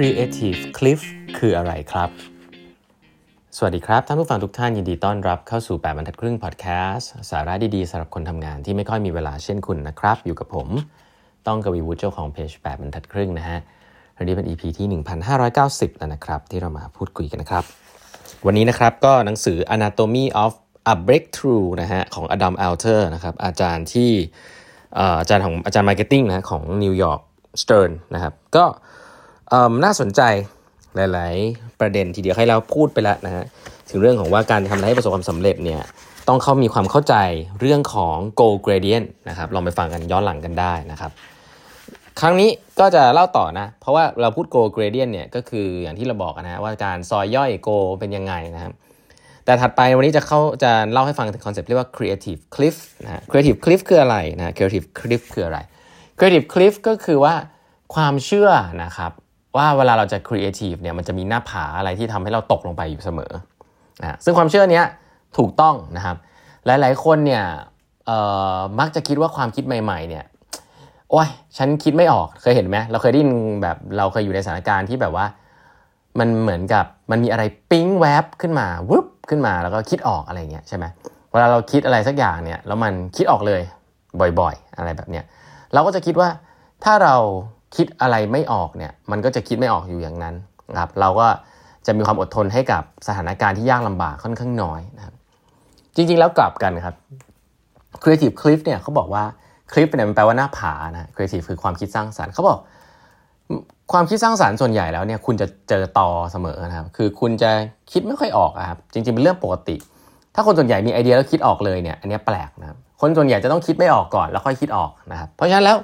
Creative Cliff คืออะไรครับสวัสดีครับท่านผู้ฟังทุกท่านยินดีต้อนรับเข้าสู่8บรรทัดครึ่งพอดแคสต์สาระดีๆสำหรับคนทำงานที่ไม่ค่อยมีเวลาเช่นคุณนะครับอยู่กับผมต้องกวีวุฒิเจ้าของเพจ8บรรทัดครึ่งนะฮะวันนี้เป็น EP ที่1590แล้วนะครับที่เรามาพูดคุยกันนะครับวันนี้นะครับก็หนังสือ Anatomy of a Breakthrough นะฮะของ Adam Alter นะครับอาจารย์ที่อาจารย์มาร์เก็ตติ้งนะของ New York Stern นะครับก็น่าสนใจหลายๆประเด็นทีเดียวให้เราพูดไปแล้วนะฮะถึงเรื่องของว่าการทำอะไรให้ประสบความสำเร็จเนี่ยต้องมีความเข้าใจเรื่องของ goal gradient นะครับลองไปฟังกันย้อนหลังกันได้นะครับครั้งนี้ก็จะเล่าต่อนะเพราะว่าเราพูด goal gradient เนี่ยก็คืออย่างที่เราบอกนะว่าการซอยย่อย goal เป็นยังไงนะครับแต่ถัดไปวันนี้จะเล่าให้ฟังถึงคอนเซ็ปต์เรียกว่า creative cliff นะฮะ creative cliff คืออะไรนะ creative cliff คืออะไร creative cliff ก็คือว่าความเชื่อนะครับว่าเวลาเราจะ creative เนี่ยมันจะมีหน้าผาอะไรที่ทำให้เราตกลงไปอยู่เสมอนะซึ่งความเชื่อนี้ถูกต้องนะครับหลายๆคนเนี่ยมักจะคิดว่าความคิดใหม่ๆเนี่ยโอ๊ยฉันคิดไม่ออกเคยเห็นไหมเราเคยได้ยินแบบเราเคยอยู่ในสถานการณ์ที่แบบว่ามันเหมือนกับมันมีอะไรปิ๊งแวบขึ้นมาวึบขึ้นมาแล้วก็คิดออกอะไรเงี้ยใช่ไหมเวลาเราคิดอะไรสักอย่างเนี่ยแล้วมันคิดออกเลยบ่อยๆอะไรแบบเนี้ยเราก็จะคิดว่าถ้าเราคิดอะไรไม่ออกเนี่ยมันก็จะคิดไม่ออกอยู่อย่างนั้นนะครับเราก็จะมีความอดทนให้กับสถานการณ์ที่ยากลำบากค่อนข้างน้อยนะครับจริงๆแล้วกลับกันครับ Creative Cliff เนี่ยเขาบอกว่า Cliff เนี่ยมันแปลว่าหน้าผานะ Creative คือความคิดสร้างสรรค์เขาบอกความคิดสร้างสรรค์ส่วนใหญ่แล้วเนี่ยคุณจะเจอตอเสมอนะครับคือคุณจะคิดไม่ค่อยออกครับจริงๆเป็นเรื่องปกติถ้าคนส่วนใหญ่มีไอเดียแล้วคิดออกเลยเนี่ยอันนี้แปลกนะครับคนส่วนใหญ่จะต้องคิดไม่ออกก่อนแล้วค่อยคิดออกนะครับเพราะฉะนั้นแล้ว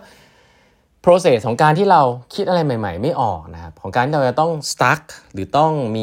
process ของการที่เราคิดอะไรใหม่ๆไม่ออกนะครับของการที่เราจะต้อง stuck หรือต้องมี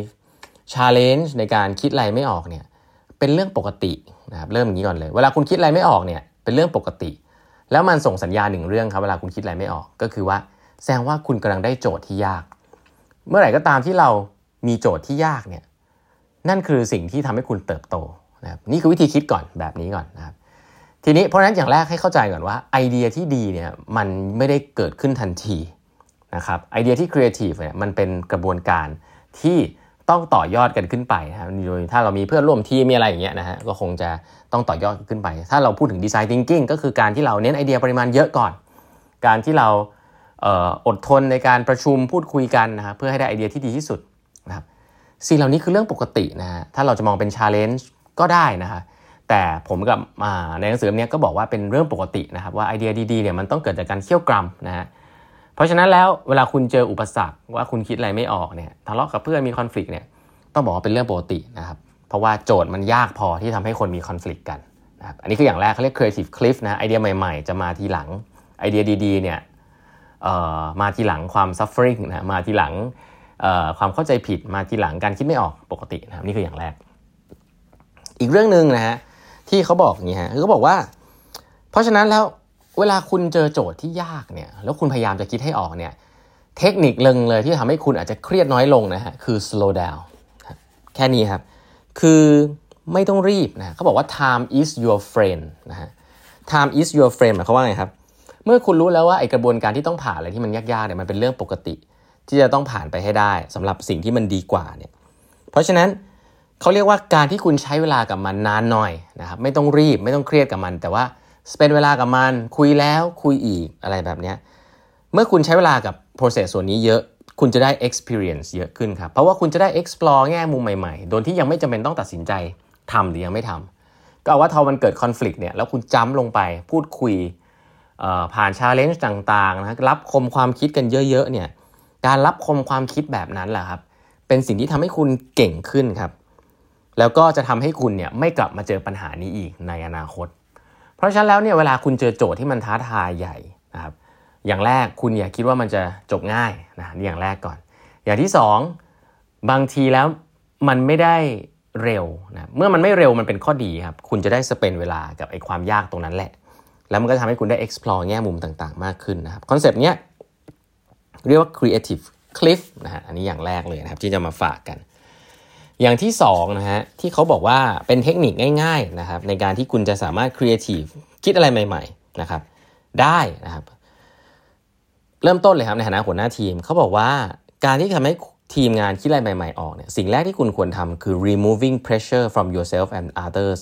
challenge ในการคิดอะไรไม่ออกเนี่ยเป็นเรื่องปกตินะครับเริ่มอย่างนี้ก่อนเลยเวลาคุณคิดอะไรไม่ออกเนี่ยเป็นเรื่องปกติแล้วมันส่งสัญญาณหนึ่งเรื่องครับเวลาคุณคิดอะไรไม่ออกก็คือว่าแสดงว่าคุณกำลังได้โจทย์ที่ยากเมื่อไหร่ก็ตามที่เรามีโจทย์ที่ยากเนี่ยนั่นคือสิ่งที่ทำให้คุณเติบโตนะครับนี่คือวิธีคิดก่อนแบบนี้ก่อนนะครับทีนี้เพราะฉะนั้นอย่างแรกให้เข้าใจก่อนว่าไอเดียที่ดีเนี่ยมันไม่ได้เกิดขึ้นทันทีนะครับไอเดียที่ครีเอทีฟเนี่ยมันเป็นกระบวนการที่ต้องต่อยอดกันขึ้นไปนะครับโดยถ้าเรามีเพื่อนร่วมทีมมีอะไรอย่างเงี้ยนะฮะก็คงจะต้องต่อยอดขึ้นไปถ้าเราพูดถึงดีไซน์ทิงกิ้งก็คือการที่เราเน้นไอเดียปริมาณเยอะก่อนการที่เราอดทนในการประชุมพูดคุยกันนะครับเพื่อให้ได้ไอเดียที่ดีที่สุดนะครับสิ่งเหล่านี้คือเรื่องปกตินะฮะถ้าเราจะมองเป็น challenge ก็ได้นะครับแต่ผมกับในหนังสือเล่มนี้ก็บอกว่าเป็นเรื่องปกตินะครับว่าไอเดียดีๆเนี่ยมันต้องเกิดจากการเคี่ยวกรำนะฮะเพราะฉะนั้นแล้วเวลาคุณเจออุปสรรคว่าคุณคิดอะไรไม่ออกเนี่ยทะเลาะกับเพื่อนมีคอนฟลิกต์เนี่ยต้องบอกว่าเป็นเรื่องปกตินะครับเพราะว่าโจทย์มันยากพอที่ทำให้คนมีคอนฟลิกต์กันนะครับอันนี้คืออย่างแรกเขาเรียก creative cliff นะไอเดียใหม่ๆจะมาทีหลังไอเดียดีๆเนี่ยมาทีหลังความ suffering นะมาทีหลังความเข้าใจผิดมาทีหลังการคิดไม่ออกปกตินะครับนี่คืออย่างแรกอีกเรื่องนึงนะฮะที่เขาบอกอย่างนี้ฮะคือเขาบอกว่าเพราะฉะนั้นแล้วเวลาคุณเจอโจทย์ที่ยากเนี่ยแล้วคุณพยายามจะคิดให้ออกเนี่ยเทคนิคนึงเลยที่ทำให้คุณอาจจะเครียดน้อยลงนะฮะคือ slow down แค่นี้ครับคือไม่ต้องรีบนะเขาบอกว่า time is your friend นะฮะ time is your friend หมายความว่าไงครับเมื่อคุณรู้แล้วว่าไอกระบวนการที่ต้องผ่านอะไรที่มันยากๆเนี่ยมันเป็นเรื่องปกติที่จะต้องผ่านไปให้ได้สำหรับสิ่งที่มันดีกว่าเนี่ยเพราะฉะนั้นเขาเรียกว่าการที่คุณใช้เวลากับมันนานหน่อยนะครับไม่ต้องรีบไม่ต้องเครียดกับมันแต่ว่าเป็นเวลากับมันคุยแล้วคุยอีกอะไรแบบนี้เมื่อคุณใช้เวลากับ process ส่วนนี้เยอะคุณจะได้ experience เยอะขึ้นครับเพราะว่าคุณจะได้ explore แง่มุมใหม่ๆโดยที่ยังไม่จำเป็นต้องตัดสินใจทำหรือยังไม่ทำก็เอาว่าพอมันเกิด conflict เนี่ยแล้วคุณจัมป์ลงไปพูดคุยผ่าน challenge ต่างๆนะรับคมความคิดกันเยอะๆเนี่ยการรับคมความคิดแบบนั้นแหละครับเป็นสิ่งที่ทำให้คุณเก่งขึ้นครับแล้วก็จะทำให้คุณเนี่ยไม่กลับมาเจอปัญหานี้อีกในอนาคตเพราะฉะนั้นแล้วเนี่ยเวลาคุณเจอโจทย์ที่มันท้าทายใหญ่นะครับอย่างแรกคุณอย่าคิดว่ามันจะจบง่ายนะนี่อย่างแรกก่อนอย่างที่สองบางทีแล้วมันไม่ได้เร็วนะเมื่อมันไม่เร็วมันเป็นข้อดีครับคุณจะได้สเปนเวลากับไอ้ความยากตรงนั้นแหละแล้วมันก็ทำให้คุณได้ explore แง่มุมต่างๆมากขึ้นนะครับคอนเซปต์เนี้ยเรียกว่า creative cliff นะฮะอันนี้อย่างแรกเลยนะครับที่จะมาฝากกันอย่างที่2นะฮะที่เขาบอกว่าเป็นเทคนิคง่ายๆนะครับในการที่คุณจะสามารถ creative คิดอะไรใหม่ๆนะครับได้นะครับเริ่มต้นเลยครับในฐานะหัวหน้าทีมเขาบอกว่าการที่ทำให้ทีมงานคิดอะไรใหม่ๆออกเนี่ยสิ่งแรกที่คุณควรทำคือ removing pressure from yourself and others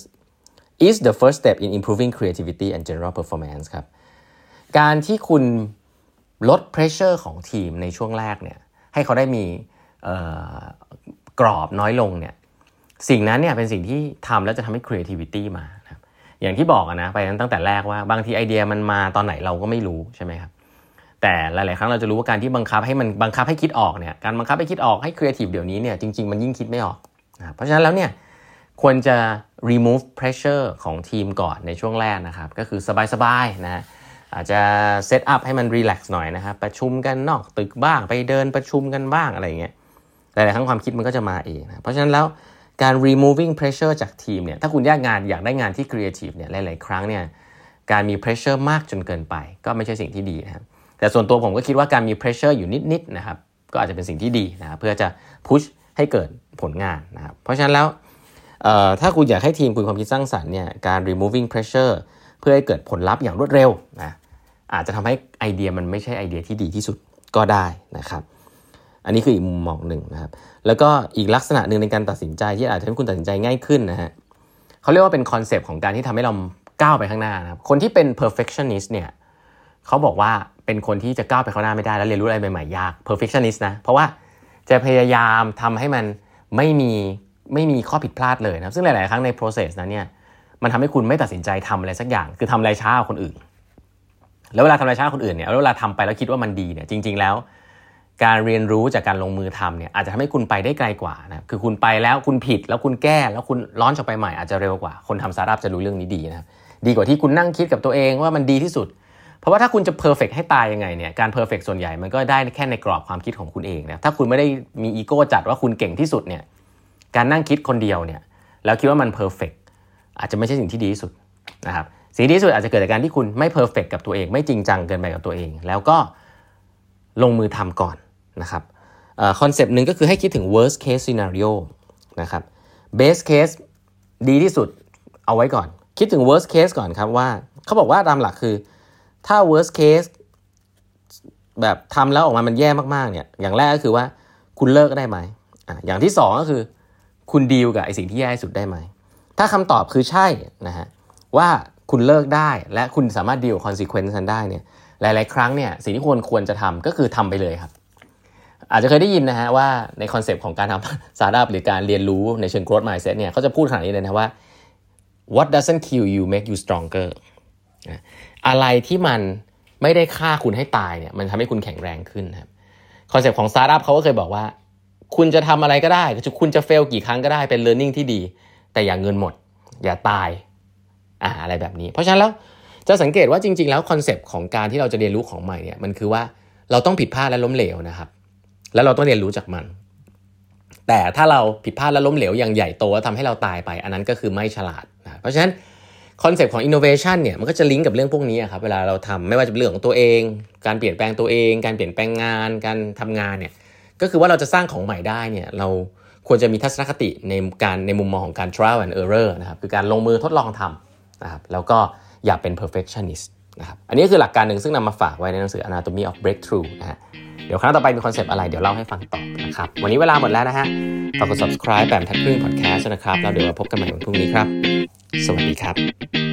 is the first step in improving creativity and general performance ครับการที่คุณลด pressure ของทีมในช่วงแรกเนี่ยให้เขาได้มีกรอบน้อยลงเนี่ยสิ่งนั้นเนี่ยเป็นสิ่งที่ทำแล้วจะทำให้ creativity มาครับอย่างที่บอกนะไปตั้งแต่แรกว่าบางทีไอเดียมันมาตอนไหนเราก็ไม่รู้ใช่ไหมครับแต่หลายๆครั้งเราจะรู้ว่าการที่บังคับให้คิดออกเนี่ยการบังคับให้คิดออกให้ creative เดี๋ยวนี้เนี่ยจริงๆมันยิ่งคิดไม่ออกนะเพราะฉะนั้นแล้วเนี่ยควรจะ remove pressure ของทีมก่อนในช่วงแรกนะครับก็คือสบายๆนะอาจจะ set up ให้มัน relax หน่อยนะครับประชุมกันนอกตึกบ้างไปเดินประชุมกันบ้างอะไรอย่างเงี้ยหลายๆครั้งความคิดมันก็จะมาเองนะเพราะฉะนั้นแล้วการ removing pressure จากทีมเนี่ยถ้าคุณอยากได้งานที่ creative เนี่ยหลายๆครั้งเนี่ยการมี pressure มากจนเกินไปก็ไม่ใช่สิ่งที่ดีนะครับแต่ส่วนตัวผมก็คิดว่าการมี pressure อยู่นิดๆนะครับก็อาจจะเป็นสิ่งที่ดีนะครับเพื่อจะ push ให้เกิดผลงานนะครับเพราะฉะนั้นแล้วถ้าคุณอยากให้ทีมคุณความคิดสร้างสรรค์เนี่ยการ removing pressure เพื่อให้เกิดผลลัพธ์อย่างรวดเร็วนะอาจจะทำให้ไอเดียมันไม่ใช่ไอเดียที่ดีที่สุดก็ได้นะครับอันนี้คืออีกมุมมองหนึ่งนะครับแล้วก็อีกลักษณะหนึ่งในการตัดสินใจที่อาจจะทำให้คุณตัดสินใจง่ายขึ้นนะฮะเขาเรียกว่าเป็นคอนเซปต์ของการที่ทำให้เราก้าวไปข้างหน้านะครับคนที่เป็น perfectionist เนี่ยเขาบอกว่าเป็นคนที่จะก้าวไปข้างหน้าไม่ได้แล้วเรียนรู้อะไรใหม่ๆยาก perfectionist นะเพราะว่าจะพยายามทำให้มันไม่มีข้อผิดพลาดเลยนะซึ่งหลายๆครั้งใน process นั้นเนี่ยมันทำให้คุณไม่ตัดสินใจทำอะไรสักอย่างคือทำอะไรช้ากว่าคนอื่นแล้วเวลาทำอะไรช้ากว่าคนอื่นเนี่ยแล้วเวลาทำไปแล้วคิดว่ามันดีเนี่ยจริงๆแล้วการเรียนรู้จากการลงมือทำเนี่ยอาจจะทำให้คุณไปได้ไกลกว่านะคือคุณไปแล้วคุณผิดแล้วคุณแก้แล้วคุณลอนช์ออกไปใหม่อาจจะเร็วกว่าคนทำสตาร์ทอัพจะรู้เรื่องนี้ดีนะครับดีกว่าที่คุณนั่งคิดกับตัวเองว่ามันดีที่สุดเพราะว่าถ้าคุณจะเพอร์เฟคให้ตายยังไงเนี่ยการเพอร์เฟคส่วนใหญ่มันก็ได้แค่ในกรอบความคิดของคุณเองนะถ้าคุณไม่ได้มีอีโก้จัดว่าคุณเก่งที่สุดเนี่ยการนั่งคิดคนเดียวเนี่ยแล้วคิดว่ามันเพอร์เฟคอาจจะไม่ใช่สิ่งที่ดีที่สุดนะครับสิ่งที่ดีที่สุดอาจจะเกิดจากการที่คุณไม่เพอร์เฟคกับตัวเองไม่จริงจังเกินไปกับตัวเองแล้วก็ลงมือทำก่อนนะครับคอนเซปต์หนึ่งก็คือให้คิดถึง worst case scenario นะครับ best case ดีที่สุดเอาไว้ก่อนคิดถึง worst case ก่อนครับว่าเขาบอกว่าตามหลักคือถ้า worst case แบบทำแล้วออกมามันแย่มากๆเนี่ยอย่างแรกก็คือว่าคุณเลิกได้ไหมอย่างที่สองก็คือคุณดีลกับไอ้สิ่งที่แย่ที่สุดได้ไหมถ้าคำตอบคือใช่นะฮะว่าคุณเลิกได้และคุณสามารถดีลกับ consequence นั้นได้เนี่ยหลายๆครั้งเนี่ยสิ่งที่ควรจะทำก็คือทำไปเลยครับอาจจะเคยได้ยินนะฮะว่าในคอนเซปต์ของการทำสตาร์ทอัพหรือการเรียนรู้ในเชิง growth mindset เนี่ยเขาจะพูดขนาดนี้เลยนะว่า what doesn't kill you make you stronger อะไรที่มันไม่ได้ฆ่าคุณให้ตายเนี่ยมันทำให้คุณแข็งแรงขึ้นครับคอนเซปต์ของสตาร์ทอัพเขาก็เคยบอกว่าคุณจะทำอะไรก็ได้คุณจะเฟลกี่ครั้งก็ได้เป็น learning ที่ดีแต่อย่าเงินหมดอย่าตายอะไรแบบนี้เพราะฉะนั้นแล้วจะสังเกตว่าจริงๆแล้วคอนเซปต์ของการที่เราจะเรียนรู้ของใหม่เนี่ยมันคือว่าเราต้องผิดพลาดและล้มเหลวนะครับแล้วเราต้องเรียนรู้จากมันแต่ถ้าเราผิดพลาดและล้มเหลวอย่างใหญ่โตแล้วทำให้เราตายไปอันนั้นก็คือไม่ฉลาดนะเพราะฉะนั้นคอนเซปต์ของ innovation เนี่ยมันก็จะลิงก์กับเรื่องพวกนี้ครับเวลาเราทำไม่ว่าจะเป็นเรื่องของตัวเองการเปลี่ยนแปลงตัวเองการเปลี่ยนแปลงงานการทำงานเนี่ยก็คือว่าเราจะสร้างของใหม่ได้เนี่ยเราควรจะมีทัศนคติในมุมมองของการ trial and error นะครับคือการลงมือทดลองทำนะครับแล้วก็อย่าเป็น perfectionist นะครับอันนี้คือหลักการหนึ่งซึ่งนำมาฝากไว้ในหนังสือ Anatomy of Breakthrough นะฮะเดี๋ยวครั้งต่อไปมีคอนเซปต์อะไรเดี๋ยวเล่าให้ฟังต่อนะครับวันนี้เวลาหมดแล้วนะฮะฝากกด subscribe แบบทัดครึ่ง podcast นะครับแล้วเดี๋ยวเราพบกันใหม่วันพรุ่งนี้ครับสวัสดีครับ